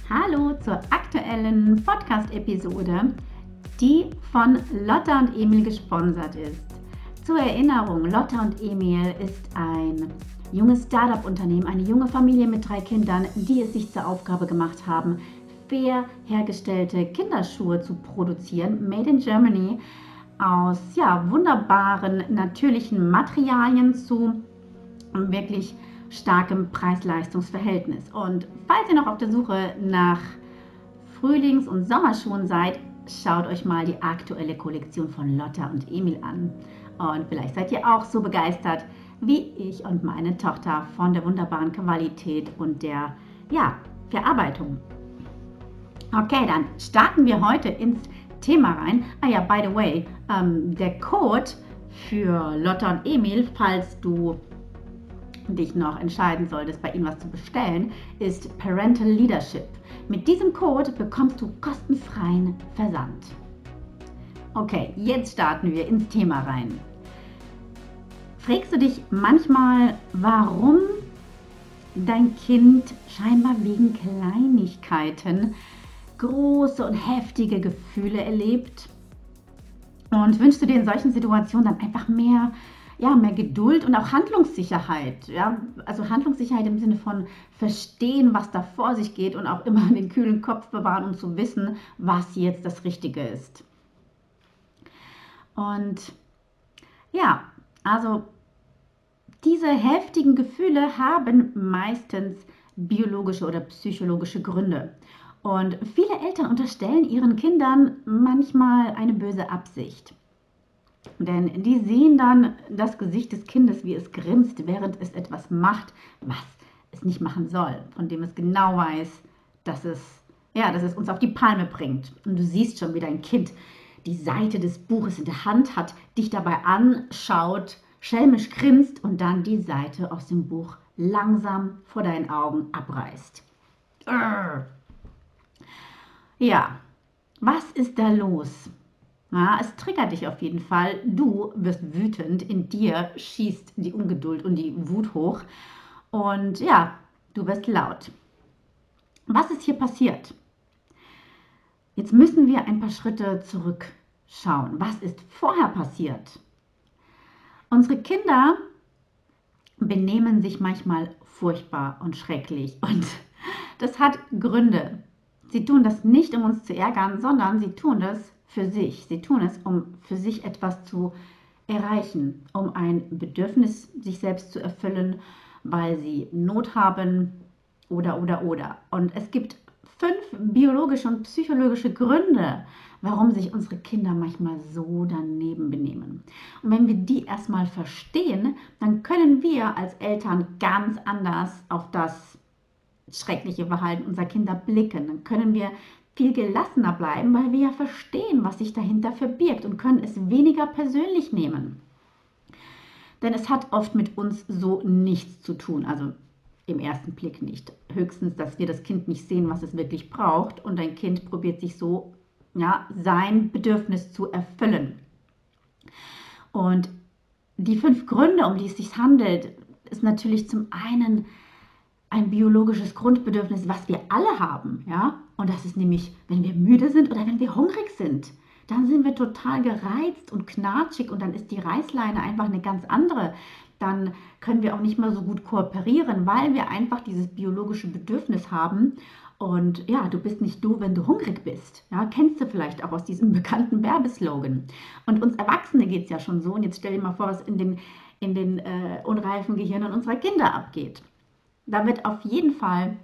Hallo zur aktuellen Podcast-Episode, die von Lotta und Emil gesponsert ist. Zur Erinnerung, Lotta und Emil ist ein junges Startup-Unternehmen, eine junge Familie mit 3 Kindern, die es sich zur Aufgabe gemacht haben, fair hergestellte Kinderschuhe zu produzieren, made in Germany, aus wunderbaren natürlichen Materialien zu wirklich starkem Preis-Leistungs-Verhältnis. Und falls ihr noch auf der Suche nach Frühlings- und Sommerschuhen seid, schaut euch mal die aktuelle Kollektion von Lotta und Emil an. Und vielleicht seid ihr auch so begeistert wie ich und meine Tochter von der wunderbaren Qualität und der Verarbeitung. Okay, dann starten wir heute ins Thema rein. By the way, der Code für Lotta und Emil, falls du dich noch entscheiden solltest, bei ihnen was zu bestellen, ist Parental Leadership. Mit diesem Code bekommst du kostenfreien Versand. Okay, jetzt starten wir ins Thema rein. Fragst du dich manchmal, warum dein Kind scheinbar wegen Kleinigkeiten große und heftige Gefühle erlebt? Und wünschst du dir in solchen Situationen dann einfach mehr Geduld und auch Handlungssicherheit. Ja? Also Handlungssicherheit im Sinne von verstehen, was da vor sich geht und auch immer den kühlen Kopf bewahren, um zu wissen, was jetzt das Richtige ist. Und ja, also diese heftigen Gefühle haben meistens biologische oder psychologische Gründe. Und viele Eltern unterstellen ihren Kindern manchmal eine böse Absicht. Denn die sehen dann das Gesicht des Kindes, wie es grinst, während es etwas macht, was es nicht machen soll, von dem es genau weiß, dass es uns auf die Palme bringt. Und du siehst schon, wie dein Kind die Seite des Buches in der Hand hat, dich dabei anschaut, schelmisch grinst und dann die Seite aus dem Buch langsam vor deinen Augen abreißt. Ja, was ist da los? Ja, es triggert dich auf jeden Fall. Du wirst wütend, in dir schießt die Ungeduld und die Wut hoch. Und ja, du wirst laut. Was ist hier passiert? Jetzt müssen wir ein paar Schritte zurückschauen. Was ist vorher passiert? Unsere Kinder benehmen sich manchmal furchtbar und schrecklich. Und das hat Gründe. Sie tun das nicht, um uns zu ärgern, sondern sie tun das für sich. Sie tun es, um für sich etwas zu erreichen, um ein Bedürfnis sich selbst zu erfüllen, weil sie Not haben oder. Und es gibt 5 biologische und psychologische Gründe, warum sich unsere Kinder manchmal so daneben benehmen. Und wenn wir die erstmal verstehen, dann können wir als Eltern ganz anders auf das schreckliche Verhalten unserer Kinder blicken. Dann können wir viel gelassener bleiben, weil wir ja verstehen, was sich dahinter verbirgt und können es weniger persönlich nehmen. Denn es hat oft mit uns so nichts zu tun, also im ersten Blick nicht. Höchstens, dass wir das Kind nicht sehen, was es wirklich braucht und ein Kind probiert sich so sein Bedürfnis zu erfüllen. Und die 5 Gründe, um die es sich handelt, ist natürlich zum einen ein biologisches Grundbedürfnis, was wir alle haben, ja? Und das ist nämlich, wenn wir müde sind oder wenn wir hungrig sind. Dann sind wir total gereizt und knatschig und dann ist die Reißleine einfach eine ganz andere. Dann können wir auch nicht mehr so gut kooperieren, weil wir einfach dieses biologische Bedürfnis haben. Und ja, du bist nicht du, wenn du hungrig bist. Ja, kennst du vielleicht auch aus diesem bekannten Werbeslogan. Und uns Erwachsene geht es ja schon so. Und jetzt stell dir mal vor, was in den unreifen Gehirnen unserer Kinder abgeht. Da wird auf jeden Fall,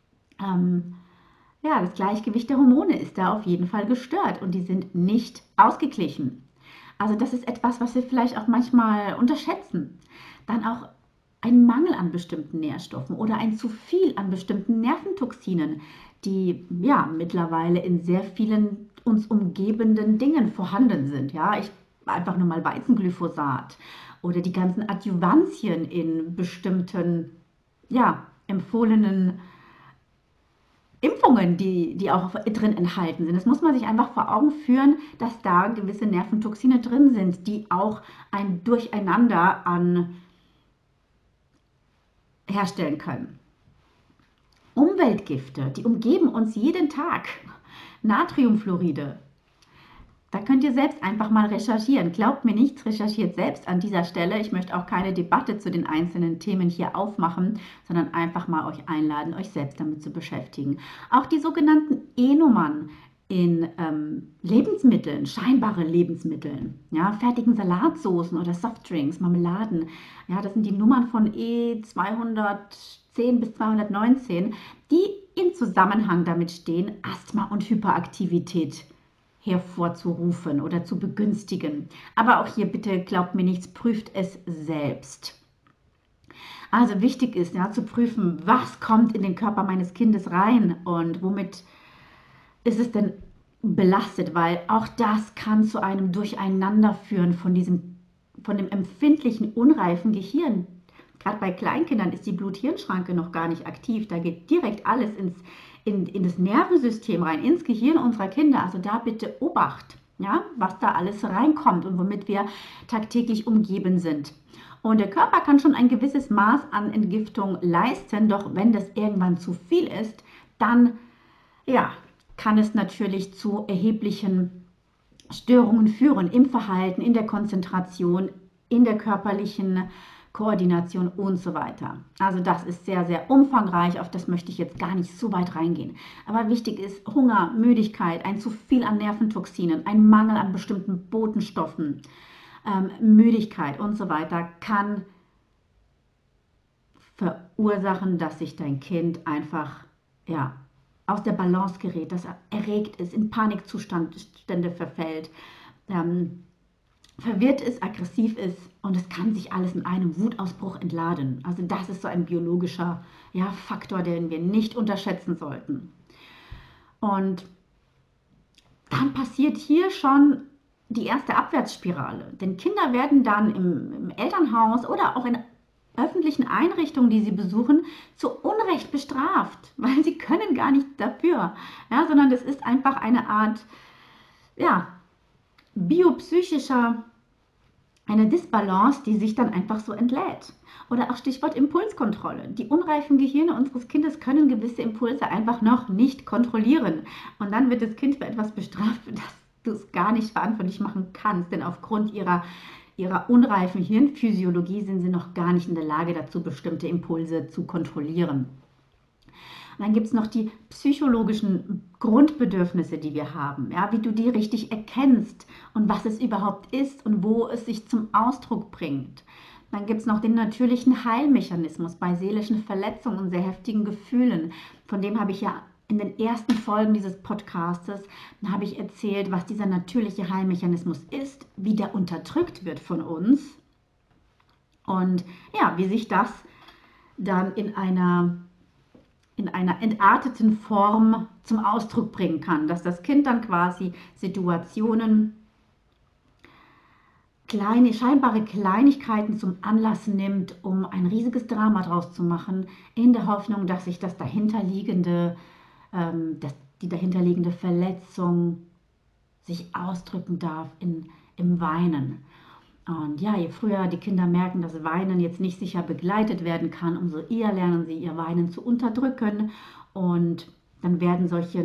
das Gleichgewicht der Hormone ist da auf jeden Fall gestört und die sind nicht ausgeglichen. Also das ist etwas, was wir vielleicht auch manchmal unterschätzen. Dann auch ein Mangel an bestimmten Nährstoffen oder ein zu viel an bestimmten Nerventoxinen, die mittlerweile in sehr vielen uns umgebenden Dingen vorhanden sind. Ja, einfach nur mal Weizenglyphosat oder die ganzen Adjuvantien in bestimmten empfohlenen Impfungen, die auch drin enthalten sind. Das muss man sich einfach vor Augen führen, dass da gewisse Nerventoxine drin sind, die auch ein Durcheinander an herstellen können. Umweltgifte, die umgeben uns jeden Tag. Natriumfluoride. Da könnt ihr selbst einfach mal recherchieren. Glaubt mir nichts, recherchiert selbst an dieser Stelle. Ich möchte auch keine Debatte zu den einzelnen Themen hier aufmachen, sondern einfach mal euch einladen, euch selbst damit zu beschäftigen. Auch die sogenannten E-Nummern in Lebensmitteln, scheinbare Lebensmitteln, ja, fertigen Salatsoßen oder Softdrinks, Marmeladen. Ja, das sind die Nummern von E210 bis 219, die im Zusammenhang damit stehen, Asthma und Hyperaktivität hervorzurufen oder zu begünstigen. Aber auch hier bitte glaubt mir nichts, prüft es selbst. Also wichtig ist ja zu prüfen, was kommt in den Körper meines Kindes rein und womit ist es denn belastet, weil auch das kann zu einem Durcheinander führen von dem empfindlichen, unreifen Gehirn. Gerade bei Kleinkindern ist die Blut-Hirn-Schranke noch gar nicht aktiv. Da geht direkt alles in das Nervensystem rein, ins Gehirn unserer Kinder. Also da bitte Obacht, ja, was da alles reinkommt und womit wir tagtäglich umgeben sind. Und der Körper kann schon ein gewisses Maß an Entgiftung leisten, doch wenn das irgendwann zu viel ist, dann ja, kann es natürlich zu erheblichen Störungen führen im Verhalten, in der Konzentration, in der körperlichen Koordination und so weiter. Also das ist sehr, sehr umfangreich, auf das möchte ich jetzt gar nicht so weit reingehen. Aber wichtig ist Hunger, Müdigkeit, ein zu viel an Nerventoxinen, ein Mangel an bestimmten Botenstoffen, Müdigkeit und so weiter kann verursachen, dass sich dein Kind einfach ja, aus der Balance gerät, dass er erregt ist, in Panikzustände verfällt, verwirrt ist, aggressiv ist und es kann sich alles in einem Wutausbruch entladen. Also das ist so ein biologischer Faktor, den wir nicht unterschätzen sollten. Und dann passiert hier schon die erste Abwärtsspirale. Denn Kinder werden dann im Elternhaus oder auch in öffentlichen Einrichtungen, die sie besuchen, zu Unrecht bestraft, weil sie können gar nicht dafür, ja, sondern das ist einfach eine Art biopsychischer, eine Disbalance, die sich dann einfach so entlädt. Oder auch Stichwort Impulskontrolle. Die unreifen Gehirne unseres Kindes können gewisse Impulse einfach noch nicht kontrollieren. Und dann wird das Kind für etwas bestraft, für das du es gar nicht verantwortlich machen kannst. Denn aufgrund ihrer unreifen Hirnphysiologie sind sie noch gar nicht in der Lage dazu, bestimmte Impulse zu kontrollieren. Und dann gibt es noch die psychologischen Grundbedürfnisse, die wir haben, ja, wie du die richtig erkennst und was es überhaupt ist und wo es sich zum Ausdruck bringt. Dann gibt es noch den natürlichen Heilmechanismus bei seelischen Verletzungen und sehr heftigen Gefühlen. Von dem habe ich ja in den ersten Folgen dieses Podcastes habe ich erzählt, was dieser natürliche Heilmechanismus ist, wie der unterdrückt wird von uns und ja, wie sich das dann in einer entarteten Form zum Ausdruck bringen kann, dass das Kind dann quasi Situationen, scheinbare Kleinigkeiten zum Anlass nimmt, um ein riesiges Drama draus zu machen, in der Hoffnung, dass sich die dahinterliegende Verletzung sich ausdrücken darf im Weinen. Und ja, je früher die Kinder merken, dass Weinen jetzt nicht sicher begleitet werden kann, umso eher lernen sie ihr Weinen zu unterdrücken. Und dann werden solche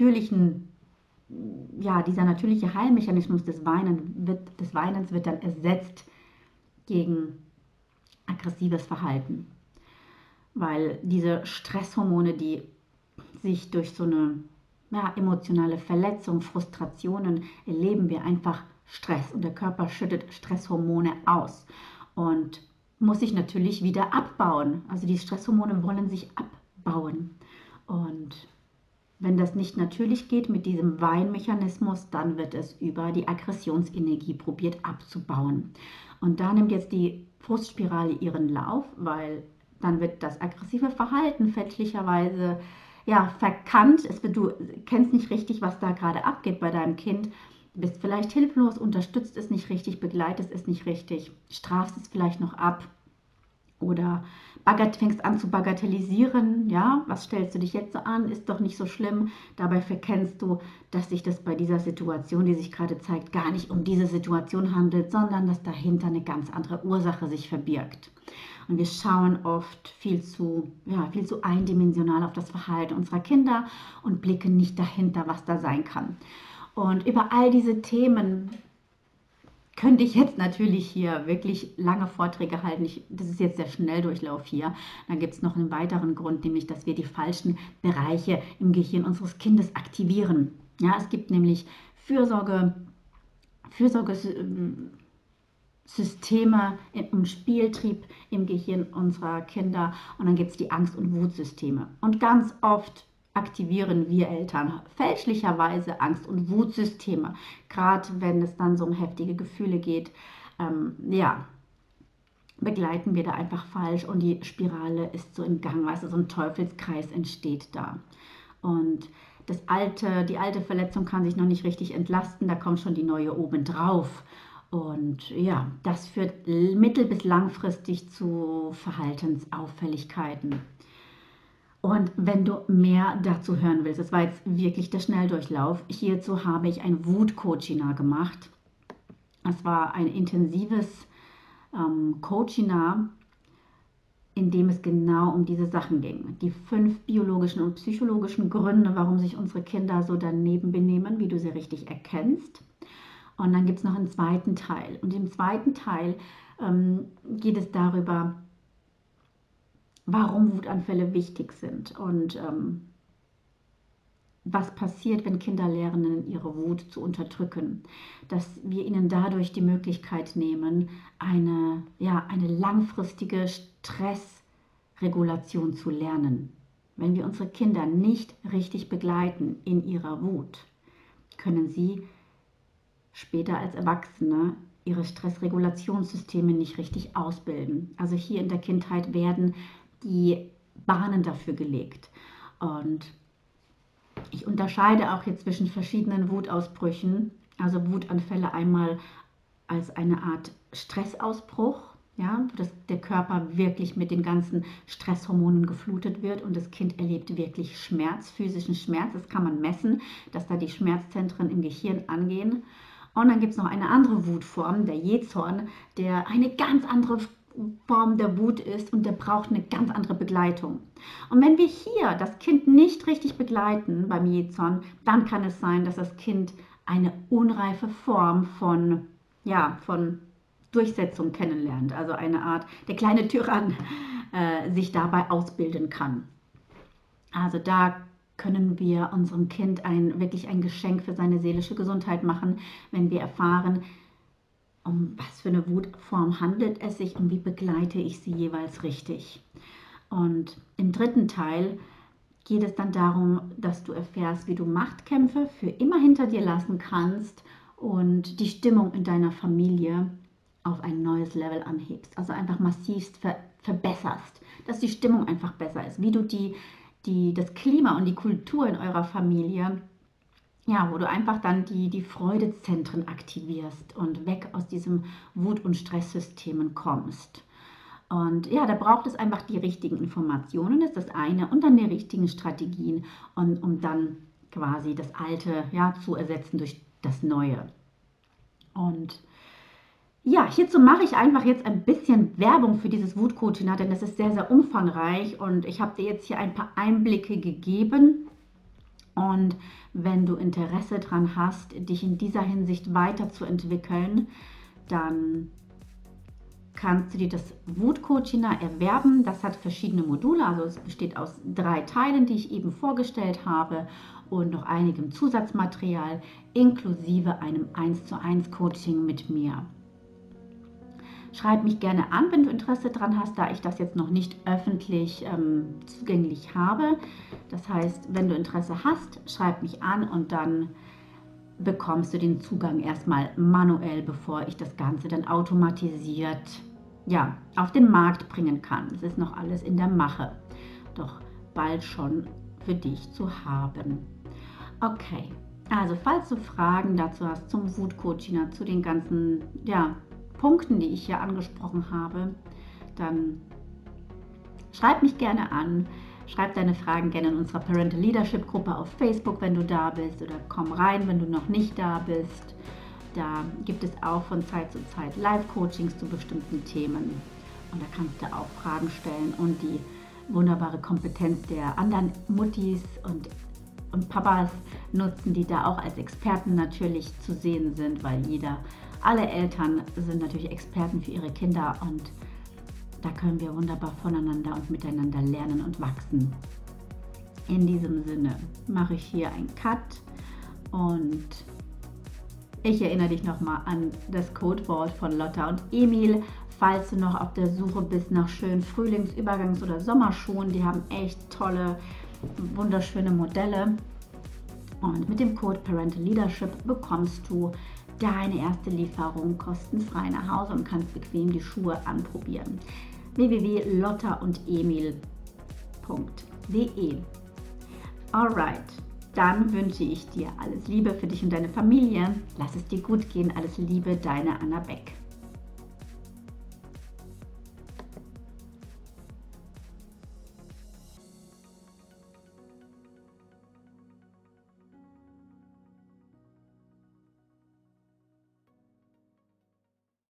dieser natürliche Heilmechanismus des Weinens wird dann ersetzt gegen aggressives Verhalten. Weil diese Stresshormone, die sich durch so eine emotionale Verletzung, Frustrationen erleben wir einfach Stress und der Körper schüttet Stresshormone aus und muss sich natürlich wieder abbauen. Also die Stresshormone wollen sich abbauen und wenn das nicht natürlich geht mit diesem Weinmechanismus, dann wird es über die Aggressionsenergie probiert abzubauen. Und da nimmt jetzt die Frustspirale ihren Lauf, weil dann wird das aggressive Verhalten fälschlicherweise verkannt. Du kennst nicht richtig, was da gerade abgeht bei deinem Kind. Du bist vielleicht hilflos, unterstützt es nicht richtig, begleitest es nicht richtig, strafst es vielleicht noch ab. oder fängst an zu bagatellisieren, ja, was stellst du dich jetzt so an, ist doch nicht so schlimm. Dabei verkennst du, dass sich das bei dieser Situation, die sich gerade zeigt, gar nicht um diese Situation handelt, sondern dass dahinter eine ganz andere Ursache sich verbirgt. Und wir schauen oft viel zu eindimensional auf das Verhalten unserer Kinder und blicken nicht dahinter, was da sein kann. Und über all diese Themen könnte ich jetzt natürlich hier wirklich lange Vorträge halten. Das ist jetzt der Schnelldurchlauf hier. Dann gibt es noch einen weiteren Grund, nämlich, dass wir die falschen Bereiche im Gehirn unseres Kindes aktivieren. Ja, es gibt nämlich Fürsorgesysteme im Spieltrieb im Gehirn unserer Kinder und dann gibt es die Angst- und Wutsysteme. Und ganz oft aktivieren wir Eltern fälschlicherweise Angst- und Wutsysteme, gerade wenn es dann so um heftige Gefühle geht. Ja, begleiten wir da einfach falsch und die Spirale ist so im Gang, weißt du, so ein Teufelskreis entsteht da. Und die alte Verletzung kann sich noch nicht richtig entlasten, da kommt schon die neue obendrauf. Und ja, das führt mittel- bis langfristig zu Verhaltensauffälligkeiten. Und wenn du mehr dazu hören willst, das war jetzt wirklich der Schnelldurchlauf, hierzu habe ich ein Wutcoaching gemacht. Es war ein intensives Coaching, in dem es genau um diese Sachen ging. Die 5 biologischen und psychologischen Gründe, warum sich unsere Kinder so daneben benehmen, wie du sie richtig erkennst. Und dann gibt es noch einen zweiten Teil. Und im zweiten Teil geht es darüber, warum Wutanfälle wichtig sind und was passiert, wenn Kinder lernen, ihre Wut zu unterdrücken. Dass wir ihnen dadurch die Möglichkeit nehmen, eine langfristige Stressregulation zu lernen. Wenn wir unsere Kinder nicht richtig begleiten in ihrer Wut, können sie später als Erwachsene ihre Stressregulationssysteme nicht richtig ausbilden. Also hier in der Kindheit werden die Bahnen dafür gelegt. Und ich unterscheide auch hier zwischen verschiedenen Wutausbrüchen, also Wutanfälle einmal als eine Art Stressausbruch, ja, wo der Körper wirklich mit den ganzen Stresshormonen geflutet wird und das Kind erlebt wirklich Schmerz, physischen Schmerz. Das kann man messen, dass da die Schmerzzentren im Gehirn angehen. Und dann gibt es noch eine andere Wutform, der Jähzorn, der eine ganz andere Form der Wut ist und der braucht eine ganz andere Begleitung. Und wenn wir hier das Kind nicht richtig begleiten beim Jähzorn, dann kann es sein, dass das Kind eine unreife Form von Durchsetzung kennenlernt, also eine Art, der kleine Tyrann sich dabei ausbilden kann. Also da können wir unserem Kind wirklich ein Geschenk für seine seelische Gesundheit machen, wenn wir erfahren, um was für eine Wutform handelt es sich und wie begleite ich sie jeweils richtig. Und im dritten Teil geht es dann darum, dass du erfährst, wie du Machtkämpfe für immer hinter dir lassen kannst und die Stimmung in deiner Familie auf ein neues Level anhebst. Also einfach massivst verbesserst, dass die Stimmung einfach besser ist, wie du das Klima und die Kultur in eurer Familie, ja, wo du einfach dann die Freudezentren aktivierst und weg aus diesem Wut- und Stresssystemen kommst. Und ja, da braucht es einfach die richtigen Informationen, das ist das eine, und dann die richtigen Strategien, um dann quasi das Alte zu ersetzen durch das Neue. Und ja, hierzu mache ich einfach jetzt ein bisschen Werbung für dieses Wutcoaching, denn das ist sehr, sehr umfangreich und ich habe dir jetzt hier ein paar Einblicke gegeben. Und wenn du Interesse daran hast, dich in dieser Hinsicht weiterzuentwickeln, dann kannst du dir das Wutcoaching erwerben. Das hat verschiedene Module, also es besteht aus 3 Teilen, die ich eben vorgestellt habe und noch einigem Zusatzmaterial inklusive einem 1:1 Coaching mit mir. Schreib mich gerne an, wenn du Interesse daran hast, da ich das jetzt noch nicht öffentlich zugänglich habe. Das heißt, wenn du Interesse hast, schreib mich an und dann bekommst du den Zugang erstmal manuell, bevor ich das Ganze dann automatisiert auf den Markt bringen kann. Es ist noch alles in der Mache, doch bald schon für dich zu haben. Okay, also falls du Fragen dazu hast zum Wutcoaching, zu den ganzen Punkten, die ich hier angesprochen habe, dann Schreib mich gerne an, schreib deine Fragen gerne in unserer Parental Leadership Gruppe auf Facebook, wenn du da bist, oder komm rein, wenn du noch nicht da bist. Da gibt es auch von Zeit zu Zeit Live-Coachings zu bestimmten Themen. Und da kannst du auch Fragen stellen und die wunderbare Kompetenz der anderen Muttis und Papas nutzen, die da auch als Experten natürlich zu sehen sind, weil alle Eltern sind natürlich Experten für ihre Kinder und da können wir wunderbar voneinander und miteinander lernen und wachsen. In diesem Sinne mache ich hier einen Cut und ich erinnere dich nochmal an das Codewort von Lotta und Emil. Falls du noch auf der Suche bist nach schönen Frühlings-, oder Sommerschuhen, die haben echt tolle, wunderschöne Modelle. Und mit dem Code Parental Leadership bekommst du deine erste Lieferung kostenfrei nach Hause und kannst bequem die Schuhe anprobieren. www.lottaundemil.de. Alright, dann wünsche ich dir alles Liebe für dich und deine Familie. Lass es dir gut gehen. Alles Liebe, deine Anna Beck.